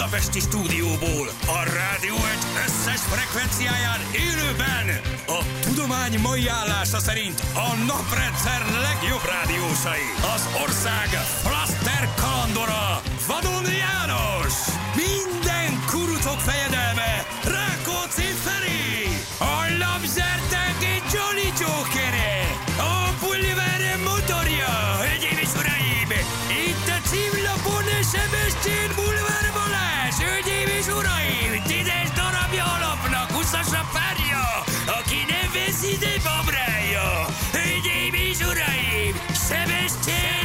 budapesti stúdióból, a Rádió Egy összes frekvenciáján élőben a tudomány mai állása szerint a naprendszer legjobb rádiósai. Az ország flaszter kalandora, Vadon János. Minden kurucok fejedelme, Rákóczi Feri. A labzártánk Jolly Jokere. A Pulliver motorja, hölgyeim és uraim. Itt a címlapon Sebestyén Bulvár Balázs, hölgyeim és uraim. 10 darabja a lapnak, 20-as a párja. Aki nem vesz ide, babrája. Hölgyeim és uraim, Sebestyén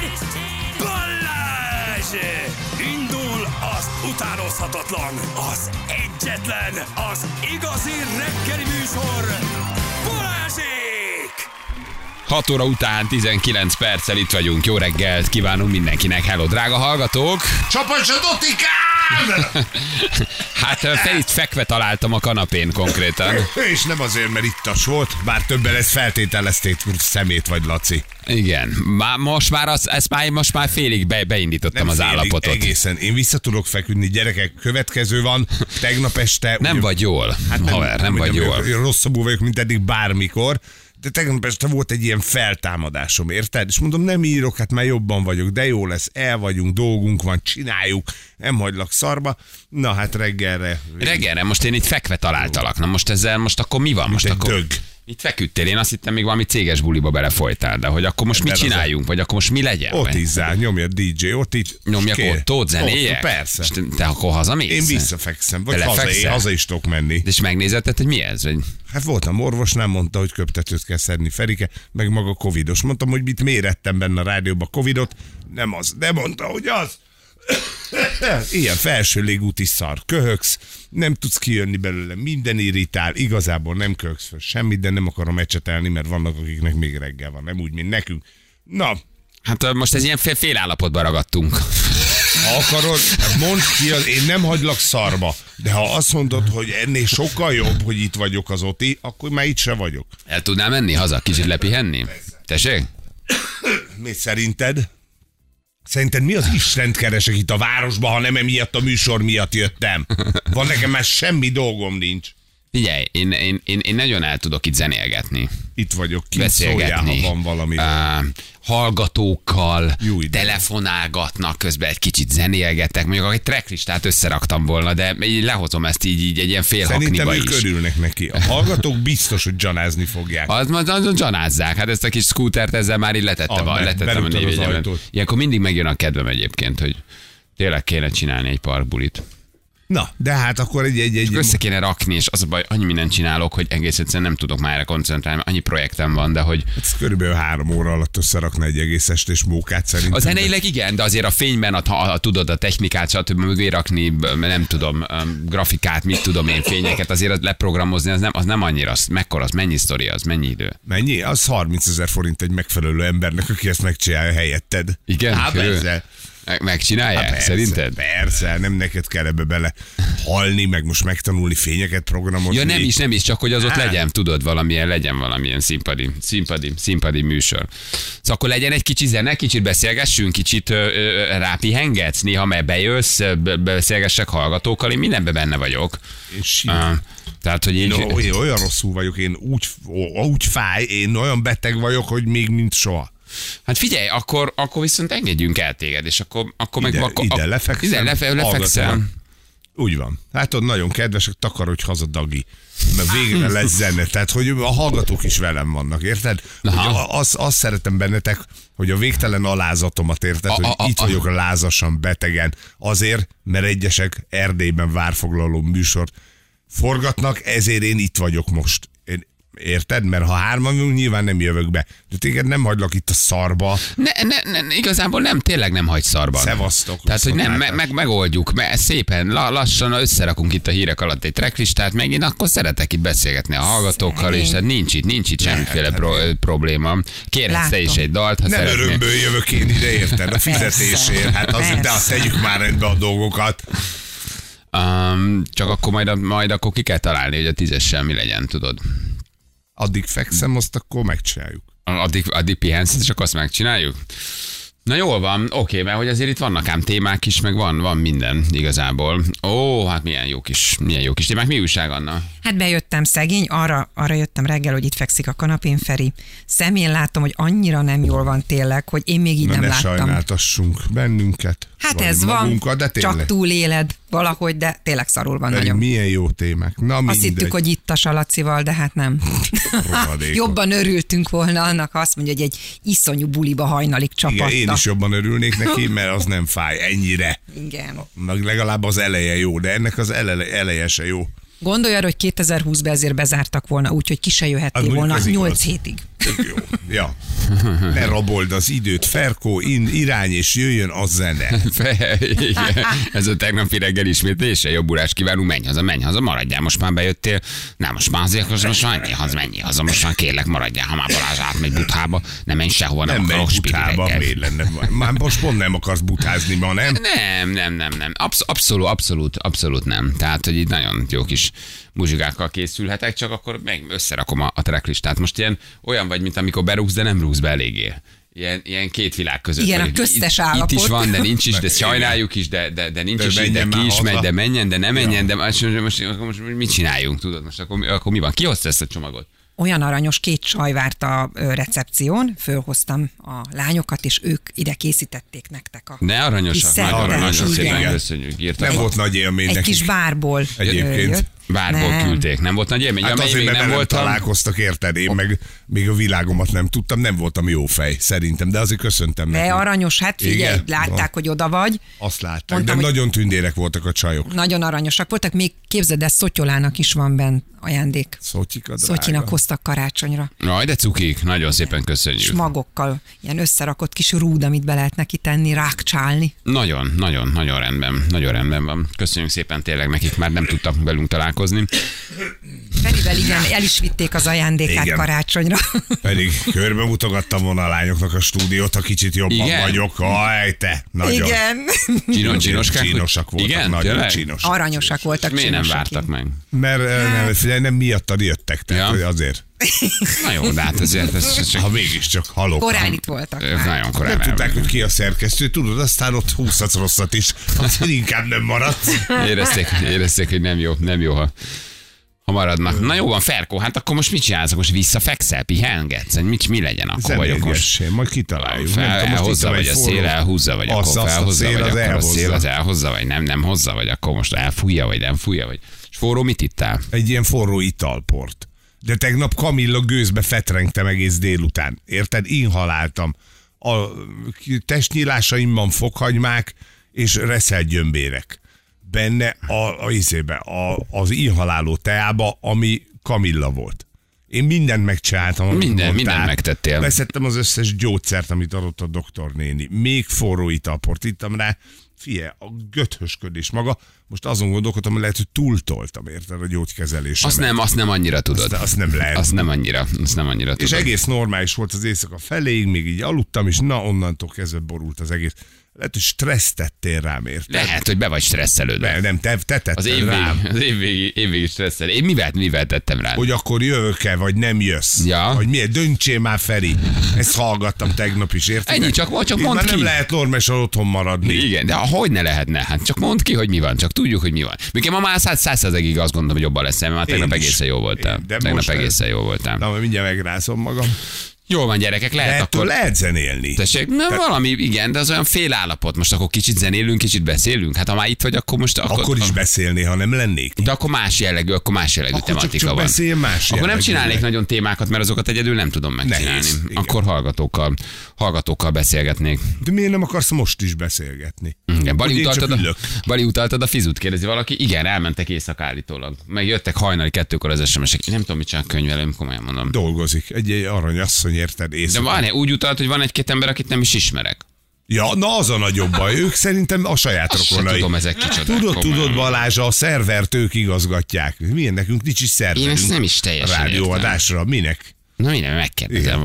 Balázs. Indul az utánozhatatlan, az egyetlen, az igazi reggeli műsor, Balázsék! 6 óra után 19 perccel itt vagyunk. Jó reggelt kívánunk mindenkinek. Hello, drága hallgatók! Csapasod, Otikám! Hát fel itt fekve találtam a kanapén konkrétan. És nem azért, mert ittas volt, bár többen ezt feltételezték, szemét vagy, Laci. Igen, most már félig beindítottam az állapotot. Egészen. Én vissza tudok feküdni, gyerekek, következő van, tegnap este. Nem vagy jól, haver, nem vagy jól. Rosszabbul vagyok, mint eddig bármikor. De tegnap este volt egy ilyen feltámadásom, érted? És mondom, nem írok, hát már jobban vagyok, de jó lesz, el vagyunk, dolgunk van, csináljuk, nem hagylak szarba. Na hát reggelre. Reggelre, most én itt fekve találtalak. Na most ezzel, most akkor mi van? Most akkor... Dög. Itt feküdtél, én azt hittem még valami céges buliba belefolytál, de hogy akkor most mit csináljunk, vagy akkor most mi legyen? Ott izzál, nyomja DJ, ott itt. Nyomjak ott zenéjek? Persze. Te akkor hazamész? Én visszafekszem, vagy haza is tudok menni. És megnézetted, hogy mi ez? Vagy... Hát voltam orvosnál, mondta, hogy köptetőt kell szedni, Ferike, meg maga covidos. Mondtam, hogy mit mérettem benne a rádióba covidot, nem az, de mondta, hogy az. Ilyen felső légúti szar, köhögsz, nem tudsz kijönni belőle, minden irritál, igazából nem köhögsz föl semmit, de nem akarom ecsetelni, mert vannak, akiknek még reggel van, nem úgy, mint nekünk. Na. Hát most ez ilyen félállapotban ragadtunk. Ha akarod, mondd ki, én nem hagylak szarba, de ha azt mondod, hogy ennél sokkal jobb, hogy itt vagyok az Oti, akkor már itt se vagyok. El tudnál menni haza, kicsit lepihenni? Tessék? Mi szerinted? Szerinted mi az Istent keresek itt a városban, ha nem emiatt a műsor miatt jöttem? Van nekem már semmi dolgom nincs. Figyelj, én nagyon el tudok itt zenélgetni. Itt vagyok, kint szóljál, ha van valami. Hallgatókkal telefonálgatnak, közben egy kicsit zenélgetek. Mondjuk egy tracklistát összeraktam volna, de lehozom ezt így egy ilyen félhakniba is. Szerintem ők örülnek neki. A hallgatók biztos, hogy dzsanázni fogják. Az dzsanázzák. Hát ezt a kis scootert ezzel már így letettem a névjegyemet. Ilyenkor mindig megjön a kedvem egyébként, hogy tényleg kéne csinálni egy parkbulit. Na, de hát akkor egy össze kéne rakni, és az a baj, annyi mindent csinálok, hogy egész egyszerűen nem tudok már erre koncentrálni, annyi projektem van, de hogy... Ez körülbelül 3 óra alatt összerakna egy egész estés mókát szerintem. A zeneileg igen, de azért a fényben, tudod a technikát, stb. Mögé rakni, nem tudom, grafikát, mit tudom én, fényeket, azért leprogramozni, az nem annyira, mekkora az, mennyi sztori az, mennyi idő? Mennyi? Az 30 000 forint egy megfelelő embernek, aki ezt megcsinálja helyetted. Igen? Megcsinálják, persze, szerinted? Persze, nem neked kell ebbe bele halni, meg most megtanulni fényeket programozni. Ja, nem is, csak hogy az ott legyen, tudod, legyen valamilyen színpadi műsor. Szóval akkor legyen egy kicsi zene, kicsit beszélgessünk, kicsit rápihengetsz, néha mert bejössz, beszélgessek hallgatókkal, én mindenben benne vagyok. Tehát, hogy én olyan rosszul vagyok, én úgy fáj, én olyan beteg vagyok, hogy még mint soha. Hát figyelj, akkor viszont engedjünk el téged, és akkor ide lefekszem. Lefekszem. Úgy van. Látod, nagyon kedvesek, takarodj haza, Dagi. Mert végre lesz zene. Tehát, hogy a hallgatók is velem vannak, érted? Azt szeretem bennetek, hogy a végtelen alázatomat, érted? Hogy itt vagyok lázasan, betegen. Azért, mert egyesek Erdélyben várfoglaló műsort forgatnak, ezért én itt vagyok most. Érted? Mert ha 3 vagyunk, nyilván nem jövök be. De téged nem hagylak itt a szarba. Igazából nem, tényleg nem hagy szarban. Szevasztok. Tehát, hogy nem, megoldjuk, szépen, lassan összerakunk itt a hírek alatt egy tracklistát, meg én akkor szeretek itt beszélgetni a hallgatókkal, és tehát nincs itt semmiféle probléma. Kérhetsz te is egy dalt, ha nem szeretnél. Örömből jövök én ide, érted? A fizetésért. Hát azért, de azt tegyük már rendbe a dolgokat. Csak akkor majd akkor ki kell találni, hogy a 10-essel mi legyen, tudod. Addig fekszem, azt akkor megcsináljuk. Addig pihensz, és akkor azt megcsináljuk? Na jól van, oké, mert hogy azért itt vannak ám témák is, meg van minden igazából. Ó, hát milyen jó kis témák. Mi újság, Anna? Hát bejöttem szegény, arra jöttem reggel, hogy itt fekszik a kanapén Feri. Szemén látom, hogy annyira nem jól van tényleg, hogy én még így nem láttam. Sajnáltassunk bennünket. Hát ez magunkat, van, csak túléled valahogy, de tényleg szarul van nagyon. Milyen jó témák. Na, azt hittük, hogy itt a Salacival, de hát nem. Jobban örültünk volna annak, ha azt mondja, hogy egy iszonyú buliba hajnalig csapatta. Igen, én is jobban örülnék neki, mert az nem fáj ennyire. Igen. Legalább az eleje jó, de ennek az eleje se jó. Gondolj arra, hogy 2020-ben ezért bezártak volna, úgyhogy ki se jöhettél volna 8 hétig. Jó. Ja. Ne rabold az időt, Ferkó, irány és jöjjön a zene. Ez a tegnapi reggel ismétlése, jobbulást kívánunk, menj haza, maradjál, most már bejöttél. Nem, most már azért, most már menj haza, most már kérlek, maradjál, ha már Balázs átmegy Buthába, nem menj sehova, nem akarok Buthába, miért lenne? Már most pont nem akarsz butázni ma, nem? Nem. Abszolút nem. Tehát, hogy itt nagyon jó kis muzsikákkal készülhetek, csak akkor meg összerakom a tracklistát. Most olyan vagy, mint amikor berúgsz, de nem rúgsz be eléggé. Ilyen két világ között. Igen, a köztes állapot. Itt is van, de nincs is, de sajnáljuk is, de nincs is, de ki is megy, de menjen, de nem menjen, de most mit csináljunk, tudod? Most akkor mi van? Ki hozta ezt a csomagot? Olyan aranyos, 2 csaj várt a recepción, fölhoztam a lányokat, és ők ide készítették nektek a ne aranyosak, nagyon szépen köszönjük. Nem volt nagy élmény egy kis bárból egyébként. Bárból küldték, nem volt nagy élmény? Hát azért, mert nem találkoztak, érted? Én meg még a világomat nem tudtam, nem voltam jó fej, szerintem, de azért köszöntem neki. De aranyos, hát figyelj, látták, hogy oda vagy. Azt látták, mondtam, de nagyon tündérek voltak a csajok. Nagyon aranyosak voltak, még képzeld, Szotyolának is van bent ajándék. Szotyinak hoztak karácsonyra. Jaj, de cukik, nagyon szépen köszönjük. És magokkal, ilyen összerakott kis rúd, amit be lehet neki tenni, rákcsálni. Nagyon rendben van. Köszönjük szépen tényleg nekik, már nem tudtak velünk találkozni. Ferivel igen, el is vitték az ajándékát karácsonyra. Pedig körbe mutogattam volna a lányoknak a stúdiót, ha kicsit jobban vagyok. Aj, te, nagyon. Igen. Csínosak voltak, igen? nagyon csínosak. Aranyosak voltak. Miért nem vártak meg? Mert nem miattad jöttek, tehát azért. Na jó, de hát azért ez csak... Ha mégiscsak halok. Korán itt voltak. Nagyon korán. Nem tudták, hogy ki a szerkesztő, tudod, aztán ott 20 rosszat is, azért inkább nem maradt. Érezték, hogy nem jó, ha maradnak. Na jó van, Ferkó, hát akkor most mit csinálsz? Most visszafekszel, pihengetsz? Mi legyen akkor? Vagyok most? Majd kitaláljuk. Elhozza, vagy a szél elhúzza, vagy akkor felhozza, vagy akkor a szél az elhozza, vagy nem hozza, vagy akkor most elfújja, vagy nem fújja, vagy... És forró mit ittál? Egy ilyen forró italport. De tegnap Kamilla gőzbe fetrengtem egész délután. Érted? Inhaláltam. A testnyílásaimban fokhagymák és reszelgyömbérek. Benne az inhaláló teába, ami Kamilla volt. Én mindent megcsináltam. Mindent megtettél. Beszedtem az összes gyógyszert, amit adott a doktornéni. Még forró italport ittam rá. Figyelj, a göthösködés maga, most azon gondolkodtam, hogy lehet, hogy túltoltam, érted, a gyógykezelésemet. Azt nem annyira tudod. Azt nem lehet. Azt nem annyira tudod. És egész normális volt az éjszaka feléig, még így aludtam, és onnantól kezdve borult az egész. Lehet, hogy stressz tettél rám, érted? Lehet, hogy be vagy stresszelődve. Nem, te tetted rám. Az évvégi stresszel. Én mivel tettem rá? Hogy akkor jövök-e, vagy nem jössz. Ja. Hogy miért? Döntsél már, Feri. Ezt hallgattam tegnap is, érted? Ennyi, csak mondd már ki. nem lehet normálisan otthon maradni. Igen, de hogy ne lehetne? Hát csak mondd ki, hogy mi van. Csak tudjuk, hogy mi van. Még ma már 100%-ig azt gondolom, hogy jobban lesz, mert már tegnap egészen jó voltam. Na, mindjárt megrázom magam. Jó van, gyerekek, lehet zenélni. Tessék, valami, igen, de az olyan félállapot. Most akkor kicsit zenélünk, kicsit beszélünk. Hát ha már itt vagy, akkor most... Akkor is beszélni, ha nem lennék. De akkor más jellegű tematika csak van. Beszél más akkor nem csinálnék nagyon témákat, mert azokat egyedül nem tudom megcsinálni. Nehéz, akkor hallgatókkal beszélgetnék. De miért nem akarsz most is beszélgetni? Igen, Bali utaltad a fizut, kérdezi valaki. Igen, elmentek éjszaka állítólag. Meg jöttek hajnali 2-kor az SMS-ek. Nem tudom, mit csinál könyvelem, komolyan mondom. Dolgozik. Egy aranyasszony, érted, éjszaka. De úgy utalt, hogy van egy-két ember, akit nem is ismerek. Ja, na az a nagyobb baj. Ők szerintem a saját rokonai. Tudom, ezek kicsodák. Tudod, Balázs, a szervert ők igazgatják. Milyen nekünk nincs is szerverünk. Én ezt nem is teljesen rádióadásra. értem. Minek? Na minden, megkérdezem,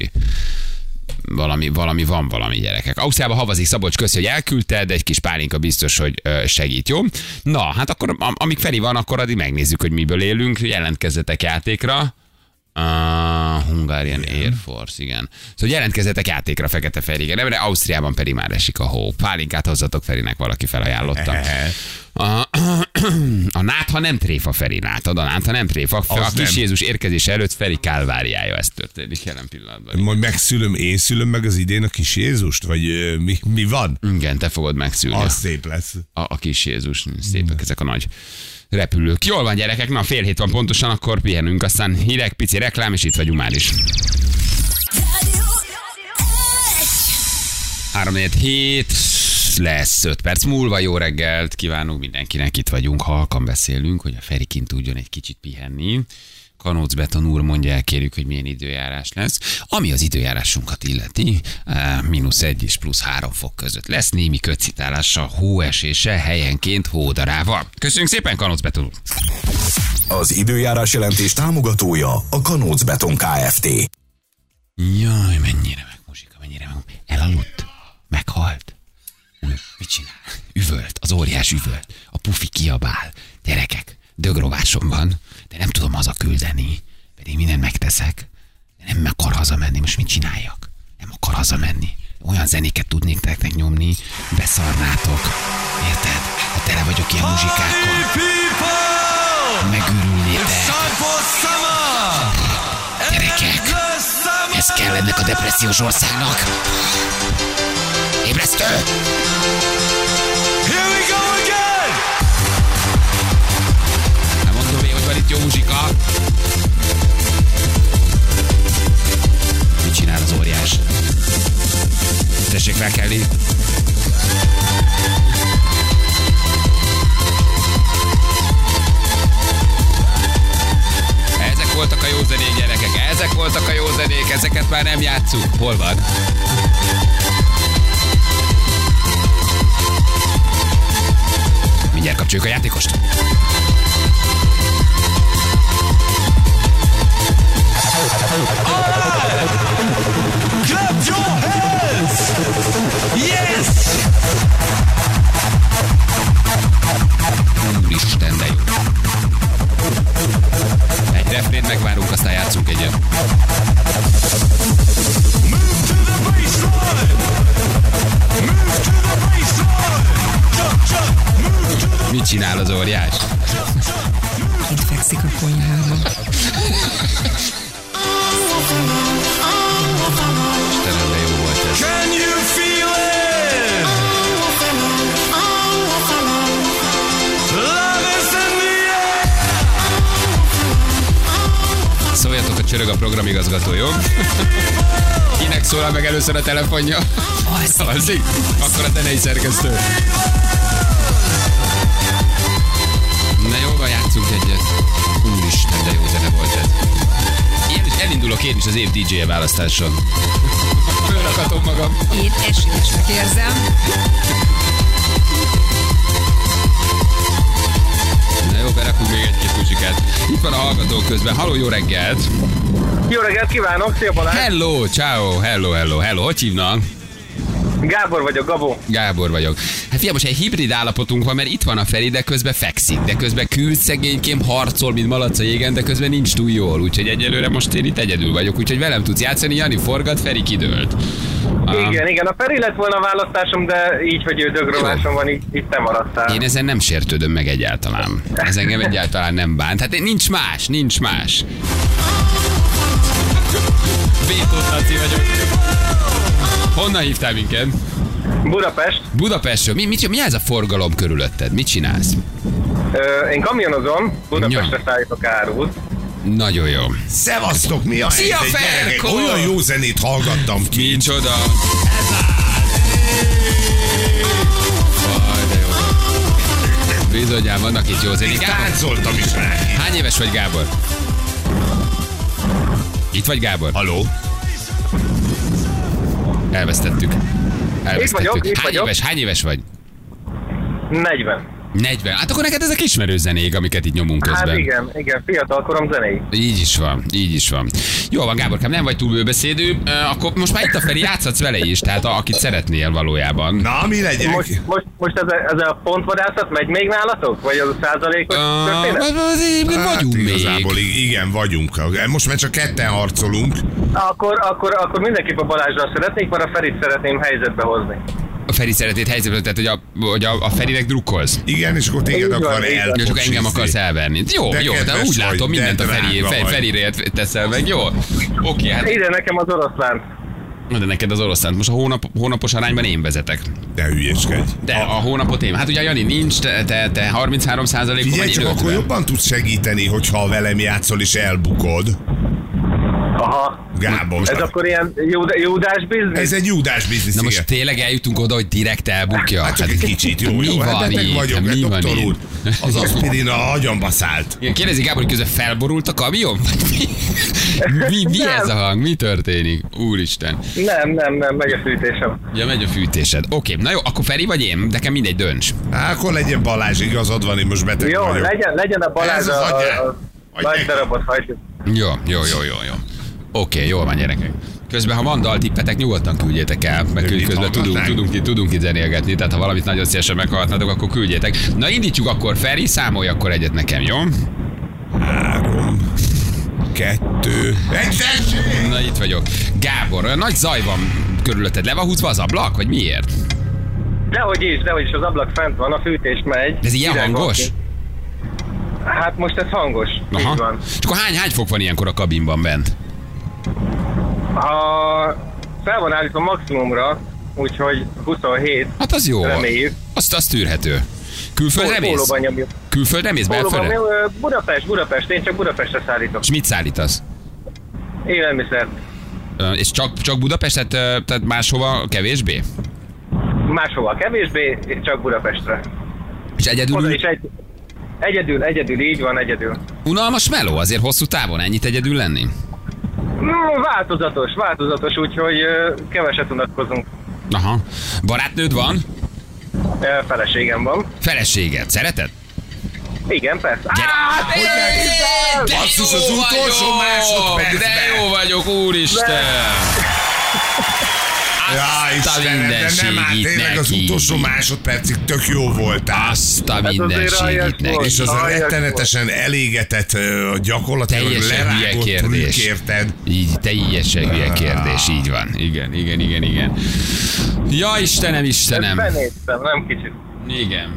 valami gyerekek. Ausztriában havazik, Szabolcs, köszi, hogy elküldted, egy kis pálinka biztos, hogy segít, jó? Na, hát akkor amíg Feri van, akkor addig megnézzük, hogy miből élünk, jelentkezzetek játékra. Hungarian Air Force, igen. Szóval jelentkezzetek játékra Fekete-Fehér, de Ausztriában pedig már esik a hó. Pálinkát hozzatok Ferinek, valaki felajánlotta. A nátha nem tréfa, Feri, látod? A nátha nem tréfa. A kis Jézus érkezése előtt Feri kálváriája, ez történik jelen pillanatban. Majd megszülöm, én szülöm meg az idén a kis Jézust? Vagy mi van? Igen, te fogod megszülni. Az szép lesz. A kis Jézus, szépek ezek a nagy repülők. Jól van, gyerekek, na 6:30 van pontosan, akkor pihenünk, aztán hírek, pici reklám, és itt vagyunk már is. 3-4-7 lesz 5 perc múlva, jó reggelt kívánunk mindenkinek, itt vagyunk, halkan beszélünk, hogy a Feri kint tudjon egy kicsit pihenni. Kanóc Beton úr mondja, elkérjük, hogy milyen időjárás lesz. Ami az időjárásunkat illeti, -1 és +3 fok között lesz, némi kötcitálással, hóeséssel, helyenként hódarával. Köszönjük szépen, Kanóc Beton úr! Az időjárás jelentés támogatója a Kanóc Beton Kft. Jaj, mennyire meg muzsika, mennyire meg. Elaludt, meghalt. Mit csinál? Üvölt, az óriás üvölt. A pufi kiabál. Gyerekek, dögrovásom van, de nem tudom hazaküldeni. Pedig mindent megteszek. De nem akar hazamenni, most mit csináljak? Nem akar hazamenni. Olyan zenéket tudnék nektek nyomni, beszarnátok. Érted? Ha tele vagyok ilyen muzsikákkal. Megőrülnétek. Gyerekek, ez kell ennek a depressziós országnak. Ébresztő! Here we go again! Nem mondom én, hogy van itt jó muzsika. Mit csinál az óriás? Tessék felkelni. Ezek voltak a jó zenék, gyerekek. Ezek voltak a jó zenék. Ezeket már nem játszunk. Hol van? Mindjárt kapcsoljuk a játékost. Clap your hands! Yes! Úristen, de jó. Egy refrént megvárunk, aztán játszunk egyet. Move to the baseline! Move to the baseline! Jump, jump! Move to the... Mit csinál az óriás? Itt fekszik a konyhában. Istenem, de jó volt ez. Can you feel it? Love is in the air! Szóljatok, a csörög a programigazgató, jó? Kinek szólal meg először a telefonja? Alszik. Akkor a zenei szerkesztő. Na jó, van, játszunk egyet. Úristen, de jó zene volt ez. Elindulok én is az év DJ-e választáson. Fölrakatom magam. Én esélyesnek érzem. Na jó, berakunk még egy-két muzsikát. Itt van a hallgató közben. Halló, jó reggelt! Jó reggelt kívánok, szia Balázs! Hello, ciao, hello. Hogy hívnak? Gábor vagyok, Gabó. Gábor vagyok. Hát figyelj, most egy hibrid állapotunk van, mert itt van a Feri, de közben fekszik, de közben küld szegénykém, harcol, mint malac a jégen, de közben nincs túl jól, úgyhogy egyelőre most én itt egyedül vagyok, úgyhogy velem tudsz játszani, Jani forgat, Feri kidőlt. Igen, a Feri lett volna a választásom, de így, hogy ő dögrováson van, itt te maradtál. Én ezen nem sértődöm meg egyáltalán. Ez engem egyáltalán nem bánt. Hát nincs más. Vétót Laci vagyok. Honnan hívtál minket? Budapest. Budapestről. Mi ez a forgalom körülötted? Mit csinálsz? Én kamionozom, Budapestre szállítok árut. Nagyon jó. Szevasztok, mi a Szia, helyzet, gyerekek? Ferko! Olyan jó zenét hallgattam ki. Micsoda. Vaj, de jó. Bizonyán vannak itt jó zenék. Gábor, Táncoltam is rá. hány éves vagy, Gábor? Itt vagy, Gábor? Haló? Elvesztettük. Itt vagyok. Hány éves vagy? 40. 40. Hát akkor neked ezek ismerős zenék, amiket itt nyomunk közben. Hát igen, fiatalkorom zenéi. Így is van. Jó van, Gáborkám, nem vagy túl bőbeszédő, akkor most már itt a Feri játszhatsz vele is, tehát akit szeretnél valójában. Na, mi legyen? Most ez a pontvadászat megy még nálatok? Vagy az a százalékos történet? Vagyunk még. Igazából igen, vagyunk. Most már csak ketten harcolunk. Akkor mindenképp a Balázsral szeretnék, mert a Ferit szeretném helyzetbe hozni. A Feri szeretét helyzetbe, tehát hogy a Ferinek drukkolsz. Igen, és akkor téged akar És akkor engem akarsz elverni. Jó, de úgy látom, mindent a Ferire teszel meg, jó? Oké, hát... Ide nekem az oroszlán. De neked az oroszlánt. Most a hónapos arányban én vezetek. De hülyeskedj. De a hónapot én. Hát ugye Jani nincs, te 33%-on figyelj, csak akkor jobban tudsz segíteni, hogyha velem játszol és elbukod. Aha. Gábor. Ez akkor ilyen Júdás biznisz? Ez egy Júdás biznisz. Na most tényleg eljutunk oda, hogy direkt elbukja. Hát csak egy kicsit, jó. Hát beteg vagyok, doktor úr. Az aspirin a agyamba szállt. Kérdezi Gábor, hogy közben felborult a kamion? Mi ez a hang? Mi történik? Úristen. Nem, megy a fűtésem. Ja, megy a fűtésed. Oké, na jó, akkor Feri vagy én? Nekem mindegy, dönts. Akkor legyen Balázs, igazad van, én most beteg jó, vagyok. legyen a Balázs a nagy darabot hajtjuk. Jó. Oké, jól van, gyerekek. Közben, ha van daltippetek, nyugodtan küldjétek el, mert közben tudunk itt zenélgetni, tehát ha valamit nagyon szívesen meghallgatnátok, akkor küldjétek. Na indítjuk akkor, Feri, számolj akkor egyet nekem, jó? 3, 2, 1, Na itt vagyok. Gábor, olyan nagy zaj van körülötted, le van húzva az ablak, vagy miért? Dehogy is, az ablak fent van, a fűtés megy. De ez ilyen hangos? Hát most ez hangos, így van. És akkor hány fok van ilyenkor a kabinban bent? Fel van állítva maximumra, úgyhogy 27. Hát az jó. Reméljük. Azt tűrhető. Külföldre mész? Külföldre mész? Belföldre? Budapest, én csak Budapestre szállítok. És mit szállítasz? Élelmiszert. És csak Budapestet, tehát máshova kevésbé? Máshova kevésbé, csak Budapestre. És egyedül? Egyedül, így van, egyedül. Unalmas meló azért hosszú távon ennyit egyedül lenni? Változatos, úgyhogy keveset unatkozunk. Aha. Barátnőd van? Feleségem van. Feleséged, szereted? Igen, persze. Basszus, az utolsó másodpercben. De jó vagyok, úristen! Ja, Istenem, de nem áll tényleg az utolsó másodpercig tök jó voltál. Azt a mindenségit neki. És az a rettenetesen elégetett gyakorlatilag lerágott trükkérted. Így, teljesen hülye kérdés, így van. Igen. Ja, Istenem. Benéztem, nem kicsit. Igen.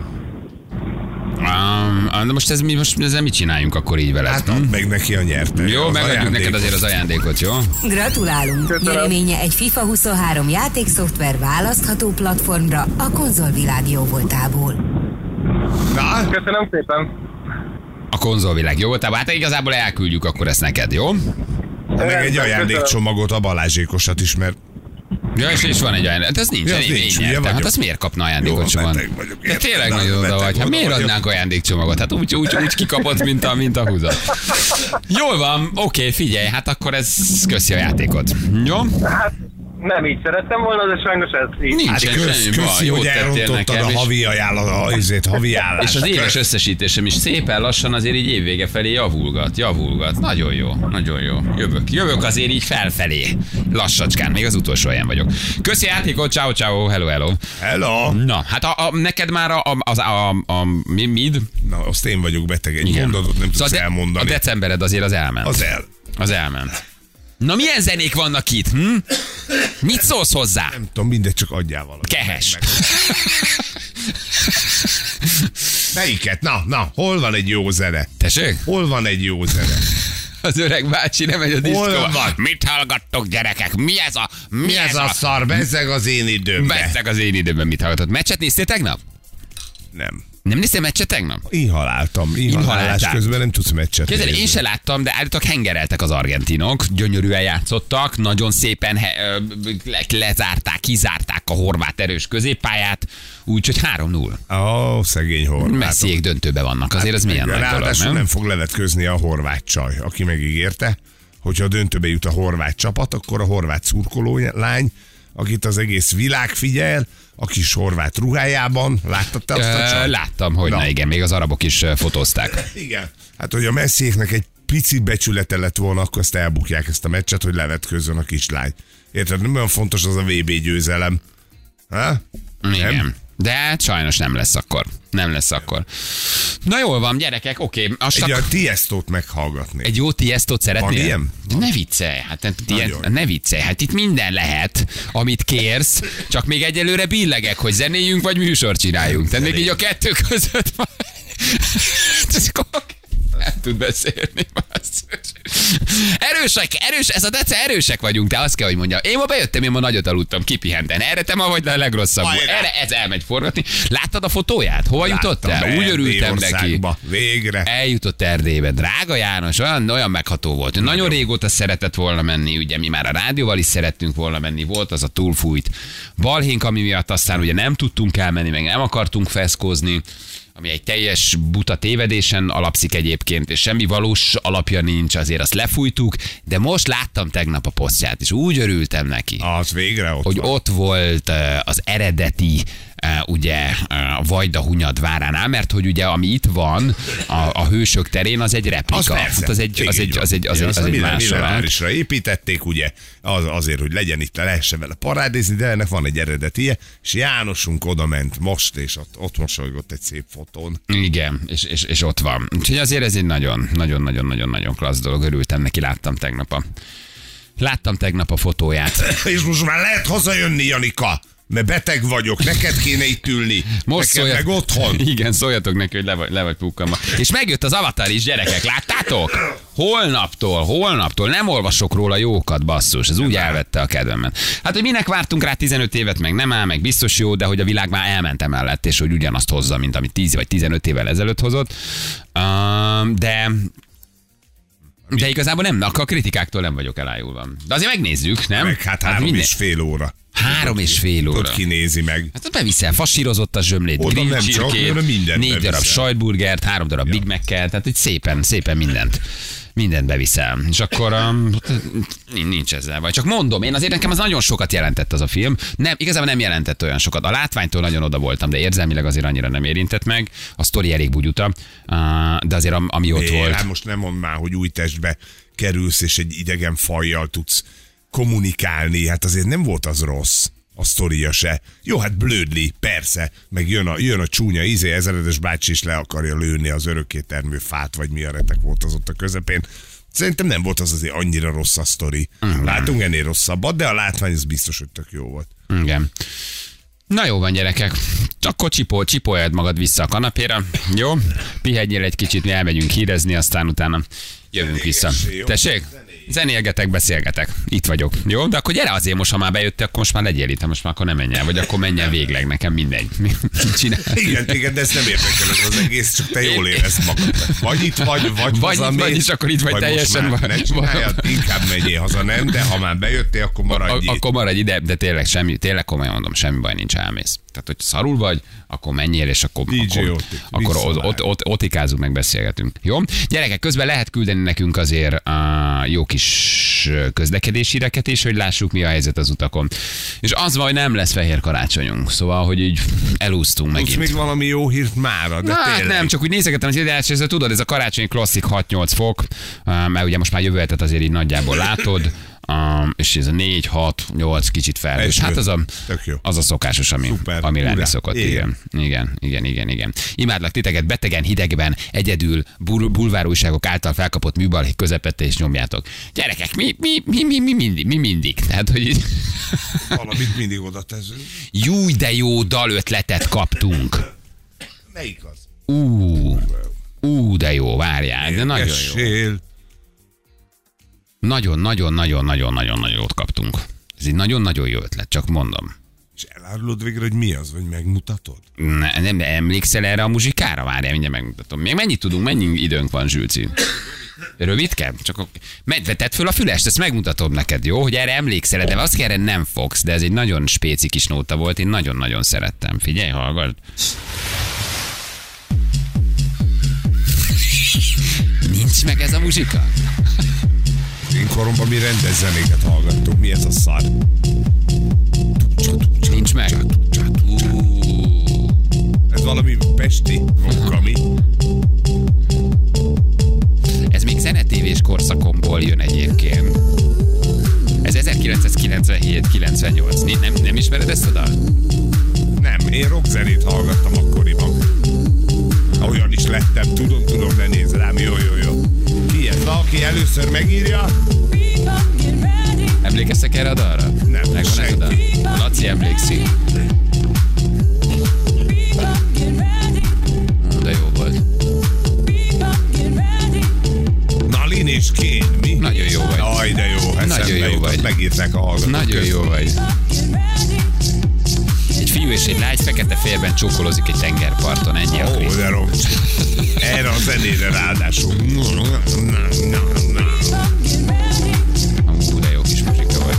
De most ezzel mit csináljunk akkor így veled? Hát add meg neki a nyertet. Jó, megadjuk neked azért az ajándékot, jó? Gratulálunk! Nyereménye egy FIFA 23 játékszoftver választható platformra a konzolvilág jóvoltából. Na? Köszönöm szépen! A konzolvilág jóvoltából, hát igazából elküldjük akkor ezt neked, jó? Meg egy ajándékcsomagot, a Balázsékosat is, mert... Ja, és van egy ajándék. Ez nincs, én nyertem. Hát azt miért kapna ajándékcsomagot? De tényleg nagyon oda vagy. Hát miért adnánk ajándékcsomagot? Hát úgy kikapott, mint a húzat. Jól van, oké, figyelj, hát akkor ez köszi a játékot. Jó? Hát nem így szerettem volna, de sajnos ez így. Nincsen semmi baj, jót tettél nekem. A havi havi állás. És az éves összesítésem is szépen lassan azért így évvége felé javulgat. Nagyon jó. Jövök azért így felfelé. Lassacskán, még az utolsó helyen vagyok. Köszi a játékot, ciao, hello. Na, hát neked már mid? Na, azt én vagyok beteg, egy mondatot nem tudsz elmondani. A decembered azért az elment. Az elment. Na milyen zenék vannak itt? Mit szólsz hozzá? Nem tudom, mindegy, csak adjál valamit. Kehes. Melyiket? Na, hol van egy jó zene? Tessék? Hol van egy jó zene? Az öreg bácsi nem megy a diszkóba. Hol van? Mit hallgattok, gyerekek? Mi ez a szar? Bezzeg az én időmben. Bezzeg az én időmben mit hallgatott? Meccset néztél tegnap? Nem. Nem néztél meccset tegnap? Inhalálás közben nem tudsz meccset nézni. Én se láttam, de állítólag hengereltek az argentinok, gyönyörűen játszottak, nagyon szépen kizárták a horvát erős középpályát, úgyhogy 3-0. Szegény horvát. Messziék döntőbe vannak, azért ez milyen nagy dolog, nem fog levetközni a horvát csaj, aki megígérte, hogyha a döntőbe jut a horvát csapat, akkor a horvát szurkoló lány akit az egész világ figyel, a kis horvát ruhájában. Láttad te azt a csajt? Láttam, hogy na igen, még az arabok is fotózták. Igen. Hát, hogy a Messiéknek egy pici becsülete lett volna, akkor ezt elbukják ezt a meccset, hogy levetkőzzön a kislány. Érted? Nem olyan fontos az a VB győzelem. Ha? Igen. Nem? De hát sajnos nem lesz akkor. Nem lesz akkor. Na jól van, gyerekek, oké. Egy a Tiestót meghallgatni. Egy jó Tiestót szeretnél? Van ilyen? Ne viccelj, ne viccelj, hát itt minden lehet, amit kérsz, csak még egyelőre billegek, hogy zenéljünk, vagy műsort csináljunk. Tehát még így a kettő között van. Nem tud beszélni. Ez a dece erősek vagyunk, te azt kell, hogy mondjam. Én ma bejöttem, én ma nagyot aludtam, kipihenten. Erre te ma vagy a legrosszabb. Erre ez elmegy forgatni. Láttad a fotóját? Hova jutott el? Úgy örültem neki. Végre. Eljutott Erdélybe. Drága János, olyan megható volt. Nagyon régóta szeretett volna menni, ugye mi már a rádióval is szerettünk volna menni. Volt az a túlfújt balhénk, ami miatt aztán ugye nem tudtunk elmenni, meg nem akartunk feszkózni, ami egy teljes buta tévedésen alapszik egyébként, és semmi valós alapja nincs, azért azt lefújtuk, de most láttam tegnap a posztját, és úgy örültem neki. Az végre ott hogy van. ott volt az eredeti ugye a Vajda Hunyad váránál, mert hogy ugye ami itt van a Hősök terén, az egy replika. Hát az egy másodvárisra építették, ugye, azért, hogy legyen itt, lehessen vele parádézni, de ennek van egy eredetie, és Jánosunk oda ment most, és ott mosolygott egy szép fotón. Igen, és ott van. Úgyhogy azért ez egy nagyon klassz dolog. Örültem neki, láttam tegnap a fotóját. És most már lehet hazajönni, Janika, mert beteg vagyok, neked kéne itt ülni. Most neked meg otthon. Igen, szóljatok neki, hogy le vagy pukkanva. És megjött az Avatar is, gyerekek, láttátok? Holnaptól, nem olvasok róla jókat, basszus, ez úgy elvette a kedvemet. Hát, hogy minek vártunk rá 15 évet, meg nem áll, meg biztos jó, de hogy a világ már elment emellett, és hogy ugyanazt hozza, mint amit 10 vagy 15 évvel ezelőtt hozott. De igazából nem, akkor a kritikáktól nem vagyok elájulva. De azért megnézzük, nem? Meg hát 3,5 óra. 3,5 óra. Ott kinézi meg. Hát beviszel fasírozott a zsömlét, grill csirkét, 4 darab sajtburgert, 3 darab Big Mac-kel, tehát hogy szépen mindent beviszel. És akkor nincs ezzel vagy. Csak mondom, én azért nekem az nagyon sokat jelentett az a film. Igazából nem jelentett olyan sokat. A látványtól nagyon oda voltam, de érzelmileg azért annyira nem érintett meg. A sztori elég bugyuta, de azért ami ott volt. Hát most nem mondd már, hogy új testbe kerülsz, és egy idegen fajjal tudsz kommunikálni. Hát azért nem volt az rossz. A sztoria se. Jó, hát blödli, persze, meg jön a csúnya Ezeredes bácsi is le akarja lőni az örökké termő fát, vagy mi a retek volt az ott a közepén. Szerintem nem volt az azért annyira rossz a sztori. Látunk ennél rosszabbat, de a látvány az biztos, hogy tök jó volt. Igen. Na jó van, gyerekek. Akkor csipoljad magad vissza a kanapéra. Jó? Pihenjél egy kicsit, mi elmegyünk hírezni, aztán utána jövünk vissza. Tessék? Zenélgetek, beszélgetek. Itt vagyok. Jó? De akkor gyere azért most, ha már bejöttél, akkor most már legyél itt, most már akkor nem menj el, vagy akkor menj el végleg, nekem mindegy. Igen, téged, de ezt nem érdekel ez az egész, csak te jól érezd magad. Vagy itt vagy és akkor itt vagy teljesen. Inkább megyél haza, nem, de ha már bejöttél, akkor maradj itt. Akkor maradj ide, de tényleg komolyan mondom, semmi baj nincs, elmész. Tehát, hogy szarul vagy, akkor menjél, és akkor otikázunk, meg beszélgetünk. Jó? Gyerekek, közben lehet küldeni nekünk azért jó kis közlekedési híreket is, hogy lássuk, mi a helyzet az utakon. És az van, hogy nem lesz fehér karácsonyunk. Szóval, hogy így elúsztunk megint. Tudsz még valami jó hírt mára, de tényleg. Nem, csak úgy nézegettem az ideát, és tudod, ez a karácsonyi klasszik 6-8 fok, mert ugye most már jövő hetet azért így nagyjából látod, és ez a 4-6-8 kicsit felhős. Hát az a szokásos, ami lenni szokott. Igen. Imádlak titeket betegen, hidegben, egyedül, bulvárújságok által felkapott műbalhé közepette és nyomjátok. Gyerekek, mi mindig. Tehát, hogy valamit mindig oda teszünk. Júj, de jó dalötletet kaptunk. Melyik az? De jó, várják, de nagyon jó. Nagyon jót kaptunk. Ez egy nagyon-nagyon jó ötlet, csak mondom. És elárulod végre, hogy mi az, vagy megmutatod? Nem emlékszel erre a muzsikára? Várjál, mindjárt megmutatom. Még mennyit tudunk, mennyi időnk van, Zsülci? Rövidke? Csak tedd föl a fülest, ezt megmutatom neked, jó? Hogy erre emlékszel, de azt erre nem fogsz, de ez egy nagyon spéci kis nóta volt, én nagyon-nagyon szerettem. Figyelj, hallgass. Nincs meg ez a muzsika? Én koromban mi rendes zenéket hallgattunk. Mi ez a szar? valami pesti munka, mi? Ez még zenetévés korszakomból jön egyébként. Ez 1997-98. Nem ismered ezt a dal? Nem, én rockzenét hallgattam akkoriban. Olyan is lettem, tudom, ne nézz rám, jó. Ki ez? Na, aki először megírja? Emlékeztek erre a dalra? Nem, megvan ez a dal? Laci emlékszik. De jó volt. Nalin és Kén, mi? Nagyon jó vagy. Aj, de jó. Nagyon jó vagy. Megírták a hallgatók. Nagyon jó vagy. Egy fiú és egy lány fekete-fehérben csókolózik egy tengerparton, ennyi a klip. Ó, de rossz. Erre a zenére ráadásul. De jó kis muzsika vagy.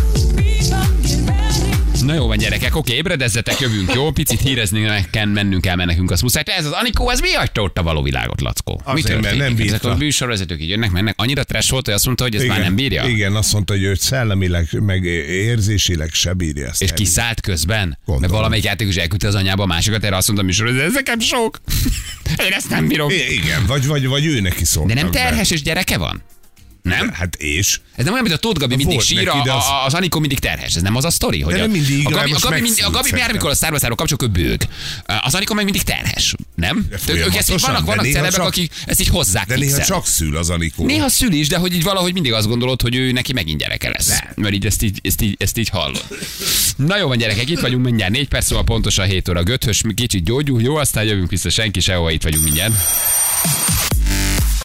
Na jó van, gyerekek, oké, ébredezzetek, jövünk, jó? Picit hírezni kell, mennünk kell, mert nekünk az muszáj. Ez az Anikó, ez mi hagyta ott a való világot, Lackó? Mi történik? Nem bírta. Ezek a műsorvezetők így jönnek, mennek. Annyira trash volt, hogy azt mondta, hogy ez már nem bírja? Igen, azt mondta, hogy ő szellemileg, meg érzésileg se bírja ezt. És kiszállt közben? Gondolom. Mert valamelyik játékos elküldte az anyába a másikat, erre azt mondta a műsor, ez nekem sok. Én ezt nem bírom. Igen, vagy ő neki szóltak. De nem terhes és gyereke van? Nem? Hát és? Ez nem olyan, mint a Tóth Gabi mindig sír, az Anikó mindig terhes. Ez nem az a sztori, hogy nem mindig, a Gabi bármikor a Szárba kapcsol, ő bőg. Az Anikó meg mindig terhes. Nem? Vannak celebek, akik ezt így hozzák. De néha csak szül az Anikó. Néha szül is, de hogy így valahogy mindig azt gondolod, hogy ő neki megint gyereke lesz. Mert így ezt így hallod. Na jó van, gyerekek, itt vagyunk mindjárt 4 perc, szóval pontosan 7 óra. Göthös, kicsit gyógyul, jó, aztán jövünk vissza, senki sehova, itt vagyunk mindjárt.